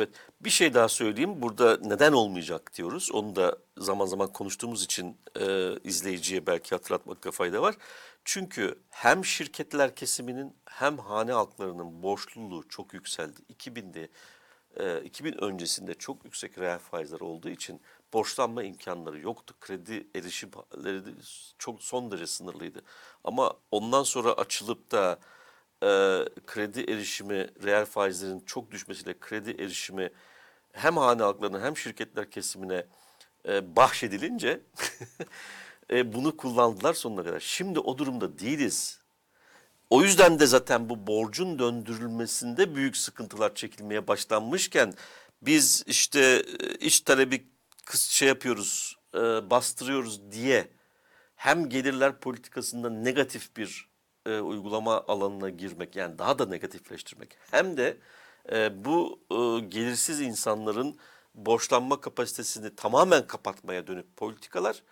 Bir şey daha söyleyeyim. Burada neden olmayacak diyoruz. Onu da zaman zaman konuştuğumuz için e, izleyiciye belki hatırlatmakta fayda var. Çünkü hem şirketler kesiminin hem hane halklarının borçluluğu çok yükseldi. iki binde, e, iki bin öncesinde çok yüksek reel faizler olduğu için borçlanma imkanları yoktu. Kredi erişimleri de çok son derece sınırlıydı. Ama ondan sonra açılıp da e, kredi erişimi, reel faizlerin çok düşmesiyle kredi erişimi hem hane halklarına hem şirketler kesimine e, bahşedilince e, bunu kullandılar sonuna kadar. Şimdi o durumda değiliz. O yüzden de zaten bu borcun döndürülmesinde büyük sıkıntılar çekilmeye başlanmışken biz işte e, iç talebi kıs şey yapıyoruz, e, bastırıyoruz diye hem gelirler politikasında negatif bir e, uygulama alanına girmek, yani daha da negatifleştirmek, hem de e, bu e, gelirsiz insanların borçlanma kapasitesini tamamen kapatmaya dönük politikalar,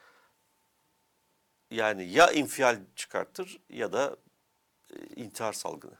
yani ya infial çıkartır ya da e, intihar salgını.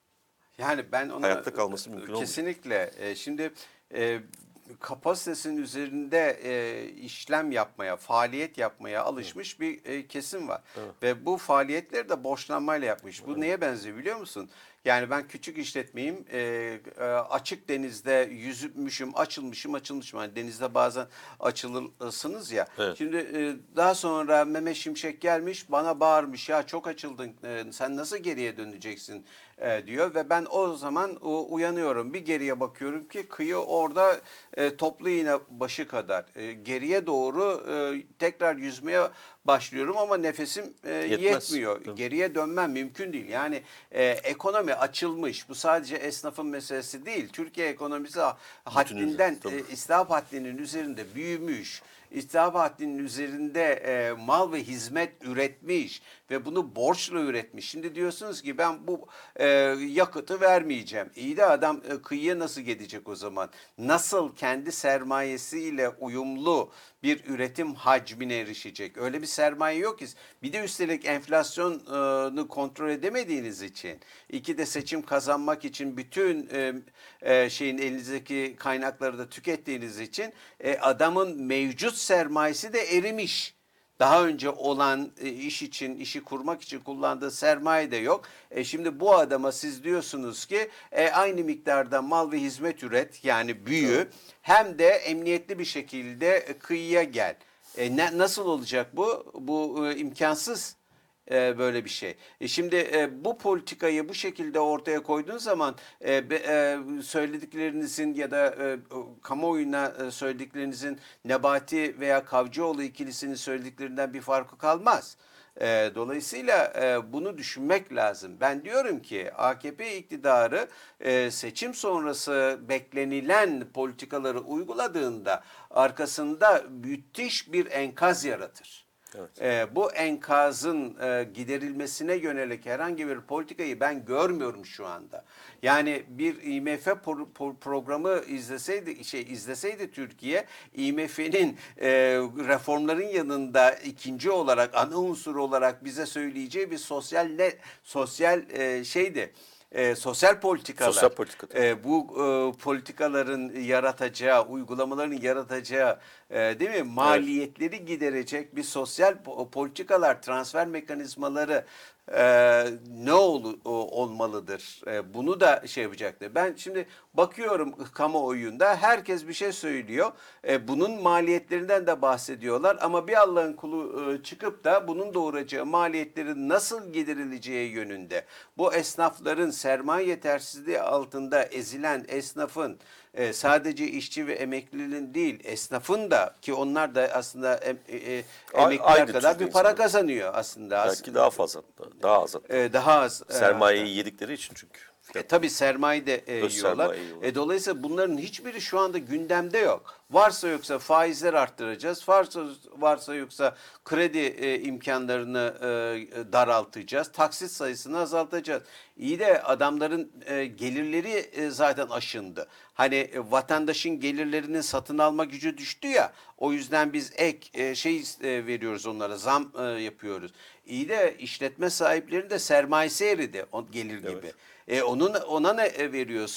Yani ben ona Hayatta kalması mümkün olmuyor. kesinlikle e, şimdi e, kapasitesinin üzerinde e, işlem yapmaya, faaliyet yapmaya alışmış bir e, kesim var. Ve bu faaliyetleri de borçlanmayla yapmış. Bu neye benziyor biliyor musun? Yani ben küçük işletmeyim, e, e, açık denizde yüzmüşüm, açılmışım, açılmışım. Hani denizde bazen açılırsınız ya. Evet. Şimdi e, daha sonra Mehmet Şimşek gelmiş, bana bağırmış, ya çok açıldın, e, sen nasıl geriye döneceksin e, diyor. Ve ben o zaman o, uyanıyorum, bir geriye bakıyorum ki kıyı orada e, toplu iğne başı kadar. E, geriye doğru e, tekrar yüzmeye başlıyorum ama nefesim e, Yetmez. yetmiyor. Tabii. Geriye dönmem mümkün değil. Yani e, ekonomi açılmış. Bu sadece esnafın meselesi değil. Türkiye ekonomisi haddinden, tabii. e, istihap haddinin üzerinde büyümüş. İstihap haddinin üzerinde e, mal ve hizmet üretmiş ve bunu borçla üretmiş. Şimdi diyorsunuz ki ben bu e, yakıtı vermeyeceğim. İyi de adam e, kıyıya nasıl gidecek o zaman? Nasıl kendi sermayesiyle uyumlu bir üretim hacmine erişecek? Öyle bir sermaye yok ki. Bir de üstelik enflasyonu kontrol edemediğiniz için, iki de seçim kazanmak için bütün e, e, şeyin elinizdeki kaynakları da tükettiğiniz için e, adamın mevcut sermayesi de erimiş. Daha önce olan e, iş için, işi kurmak için kullandığı sermaye de yok. E, şimdi bu adama siz diyorsunuz ki e, aynı miktarda mal ve hizmet üret, yani büyü, Evet. hem de emniyetli bir şekilde e, kıyıya gel. E, ne, nasıl olacak bu? Bu e, imkansız. E, böyle bir şey. E, şimdi e, bu politikayı bu şekilde ortaya koyduğun zaman e, be- e, söylediklerinizin ya da e, o kamuoyuna e, söylediklerinizin Nebati veya Kavcıoğlu ikilisinin söylediklerinden bir farkı kalmaz. E, dolayısıyla e, bunu düşünmek lazım. Ben diyorum ki A K P iktidarı e, seçim sonrası beklenilen politikaları uyguladığında arkasında müthiş bir enkaz yaratır. Evet. E, bu enkazın e, giderilmesine yönelik herhangi bir politikayı ben görmüyorum şu anda. Yani bir I M F pro- pro- programı izleseydi, şey izleseydi Türkiye, I M F'nin e, reformların yanında ikinci olarak, ana unsur olarak bize söyleyeceği bir sosyal ne sosyal e, şeydi. E, sosyal politikalar, Sosyal politika. e, bu e, politikaların yaratacağı, uygulamaların yaratacağı, e, değil mi, maliyetleri giderecek bir sosyal po- politikalar, transfer mekanizmaları e, ne ol, olmalıdır? E, bunu da şey yapacaktır. Ben şimdi bakıyorum kamuoyunda herkes bir şey söylüyor. E, bunun maliyetlerinden de bahsediyorlar ama bir Allah'ın kulu e, çıkıp da bunun doğuracağı maliyetlerin nasıl giderileceği yönünde, bu esnafların sermaye yetersizliği altında ezilen esnafın, e, sadece işçi ve emeklinin değil, esnafın da, ki onlar da aslında em, e, e, A- emekliler aynı kadar türde bir para insanlar. kazanıyor aslında. Belki daha fazla, daha az. E, daha az. e, Sermayeyi yedikleri için çünkü. e, tabii sermaye de e, Öz yiyorlar. sermaye yiyorlar. E, dolayısıyla bunların hiçbiri şu anda gündemde yok. Varsa yoksa faizler arttıracağız. Varsa varsa yoksa kredi e, imkanlarını e, daraltacağız. Taksit sayısını azaltacağız. İyi de adamların e, gelirleri e, zaten aşındı. Hani e, vatandaşın gelirlerinin satın alma gücü düştü ya. O yüzden biz ek e, şey e, veriyoruz onlara, zam e, yapıyoruz. İyi de işletme sahiplerinin de sermayesi eridi o gelir gibi. Evet. E, onun ona ne veriyorsun?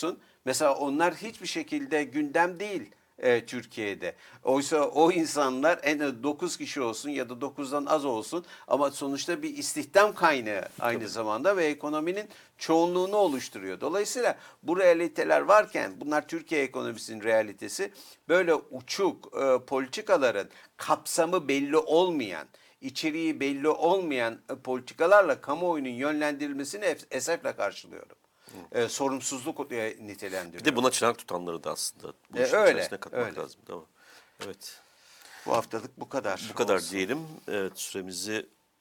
Mesela onlar hiçbir şekilde gündem değil e, Türkiye'de. Oysa o insanlar en az dokuz kişi olsun ya da dokuzdan az olsun ama sonuçta bir istihdam kaynağı aynı Tabii. zamanda ve ekonominin çoğunluğunu oluşturuyor. Dolayısıyla bu realiteler varken bunlar Türkiye ekonomisinin realitesi, böyle uçuk e, politikaların kapsamı belli olmayan, içeriği belli olmayan e, politikalarla kamuoyunun yönlendirilmesini ef- esefle karşılıyorum. E, sorumsuzluk e, Bir nitelendiriyorum. de buna çanak tutanları da aslında bu E, işin öyle, içerisine katmak öyle. lazım. Değil mi? Evet. Bu haftalık bu kadar. Bu kadar olsun. diyelim. Evet, süremizi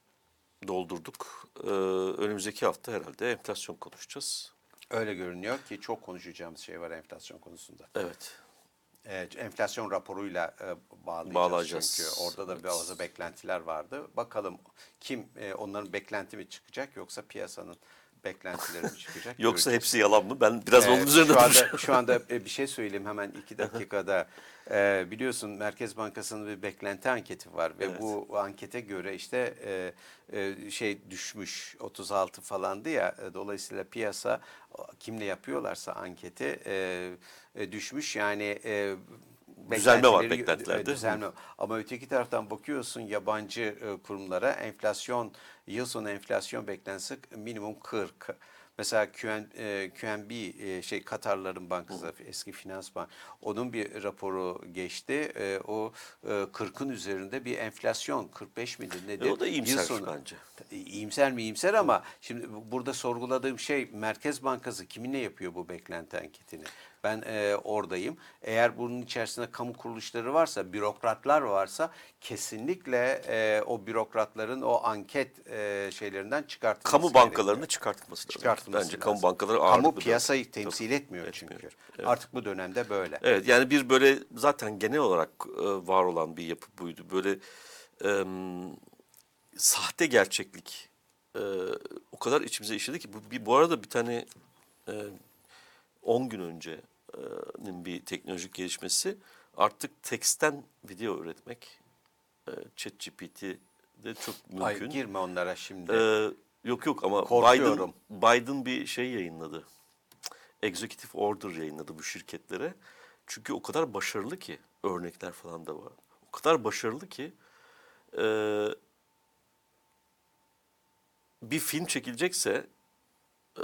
doldurduk. Ee, önümüzdeki hafta herhalde enflasyon konuşacağız. Öyle görünüyor ki çok konuşacağımız şey var enflasyon konusunda. Evet. E, enflasyon raporuyla e, bağlayacağız, Bağlayacağız. çünkü orada da Evet. bazı beklentiler vardı. Bakalım kim e, onların beklenti mi çıkacak yoksa piyasanın beklentileri mi çıkacak? Yoksa göreceğiz. hepsi yalan mı? Ben biraz onun Ee, üzerinde şu anda duracağım. şu anda e, bir şey söyleyeyim hemen iki dakikada. Ee, biliyorsun Merkez Bankası'nın bir beklenti anketi var ve Evet. bu ankete göre işte e, e, şey düşmüş, otuz altı falandı ya. E, dolayısıyla piyasa kimle yapıyorlarsa anketi e, e, düşmüş, yani e, Düzelme var beklentileri, beklentilerde. e, düzelme. Ama öteki taraftan bakıyorsun yabancı e, kurumlara, enflasyon, yıl sonu enflasyon beklentisi minimum kırk. Mesela Q N, e, Q N B e, şey Katarların bankası, eski Finans Bank, onun bir raporu geçti. E, o e, kırkın üzerinde bir enflasyon, kırk beş midir nedir? E, o da iyimser Yıl sonu. bence. İyimser mi iyimser, ama şimdi burada sorguladığım şey, Merkez Bankası kiminle yapıyor bu beklenti anketini? Ben e, oradayım. Eğer bunun içerisinde kamu kuruluşları varsa, bürokratlar varsa, kesinlikle e, o bürokratların o anket e, şeylerinden çıkartılması Kamu gerekiyor. bankalarının çıkartılması lazım. Çıkartılması Bence lazım. kamu bankaları Kamu ağırlıklı. piyasayı da- temsil Tabii, etmiyor etmiyor. çünkü. Evet. Artık bu dönemde böyle. Evet, yani bir böyle zaten genel olarak e, var olan bir yapı buydu. Böyle e, sahte gerçeklik e, o kadar içimize işledi ki. Bu, bir, bu arada bir tane e, on gün öncenin bir teknolojik gelişmesi, artık teksten video üretmek e, ChatGPT'de çok Ay mümkün. girme onlara şimdi. Ee, yok yok ama Biden, Korkuyorum. Biden bir şey yayınladı. Executive Order yayınladı bu şirketlere. Çünkü o kadar başarılı ki, örnekler falan da var. O kadar başarılı ki e, bir film çekilecekse e,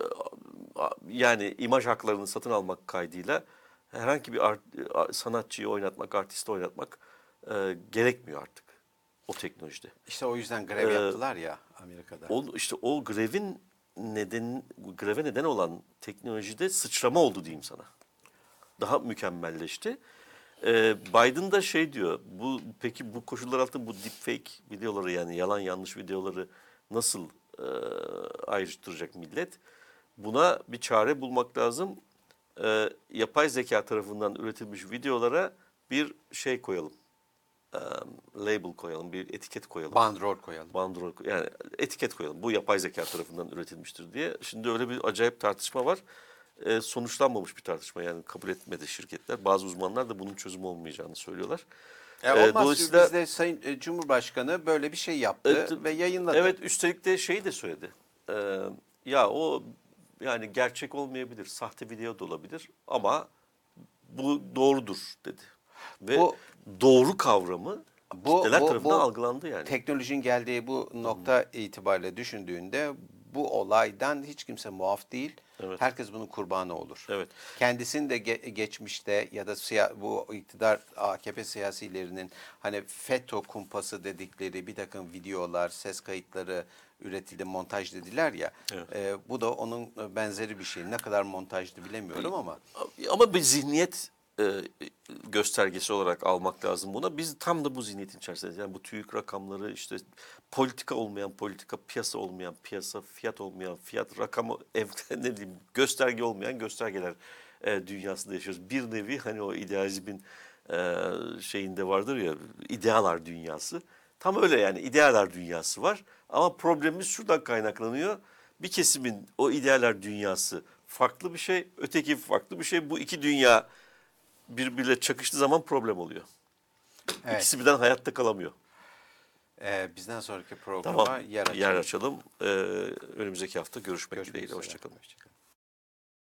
yani imaj haklarını satın almak kaydıyla herhangi bir art, sanatçıyı oynatmak, artisti oynatmak e, gerekmiyor artık o teknolojide. İşte o yüzden grev Ee, yaptılar ya Amerika'da. O, işte o grevin neden, greve neden olan teknolojide sıçrama oldu diyeyim sana. Daha mükemmelleşti. Ee, Biden da şey diyor, bu peki bu koşullar altında bu deepfake videoları, yani yalan yanlış videoları nasıl e, ayrıştıracak millet? Buna bir çare bulmak lazım. Ee, yapay zeka tarafından üretilmiş videolara bir şey koyalım. Ee, label koyalım, bir etiket koyalım. Bandrol koyalım. Bandrol, yani etiket koyalım. Bu yapay zeka tarafından üretilmiştir diye. Şimdi öyle bir acayip tartışma var. Ee, sonuçlanmamış bir tartışma, yani kabul etmedi şirketler. Bazı uzmanlar da bunun çözüm olmayacağını söylüyorlar. E, Ee, olmaz. dolayısıyla Bizde Sayın e, Cumhurbaşkanı böyle bir şey yaptı Evet, ve yayınladı. evet, üstelik de şeyi de söyledi. Ee, ya o yani gerçek olmayabilir, sahte video da olabilir ama bu doğrudur dedi. Ve Bu- doğru kavramı Bu, kitleler bu, tarafından bu algılandı yani. teknolojinin geldiği bu nokta itibariyle düşündüğünde bu olaydan hiç kimse muaf değil. Evet. Herkes bunun kurbanı olur. Evet. Kendisini de ge- geçmişte ya da siya- bu iktidar A K P siyasilerinin hani FETÖ kumpası dedikleri bir takım videolar, ses kayıtları üretildi, montaj dediler ya. Evet. E, bu da onun benzeri bir şey. Ne kadar montajdı bilemiyorum ama. Ama bir zihniyet e, göstergesi olarak almak lazım buna. Biz tam da bu zihniyetin içerisindeyiz. Yani bu TÜİK rakamları, işte politika olmayan politika, piyasa olmayan piyasa, fiyat olmayan fiyat, rakamı, ev, ne diyeyim, gösterge olmayan göstergeler e, dünyasında yaşıyoruz. Bir nevi hani o idealizmin e, şeyinde vardır ya, idealar dünyası. Tam öyle, yani idealar dünyası var. Ama problemimiz şuradan kaynaklanıyor. Bir kesimin o idealer dünyası farklı bir şey, öteki farklı bir şey. Bu iki dünya birbiriyle çakıştığı zaman problem oluyor. Evet. İkisi birden hayatta kalamıyor. E, bizden sonraki programa Tamam, yer açalım. yer açalım. Ee, önümüzdeki hafta görüşmek Görüşmek dileğiyle. üzere. Hoşçakalın. Hoşça kalın.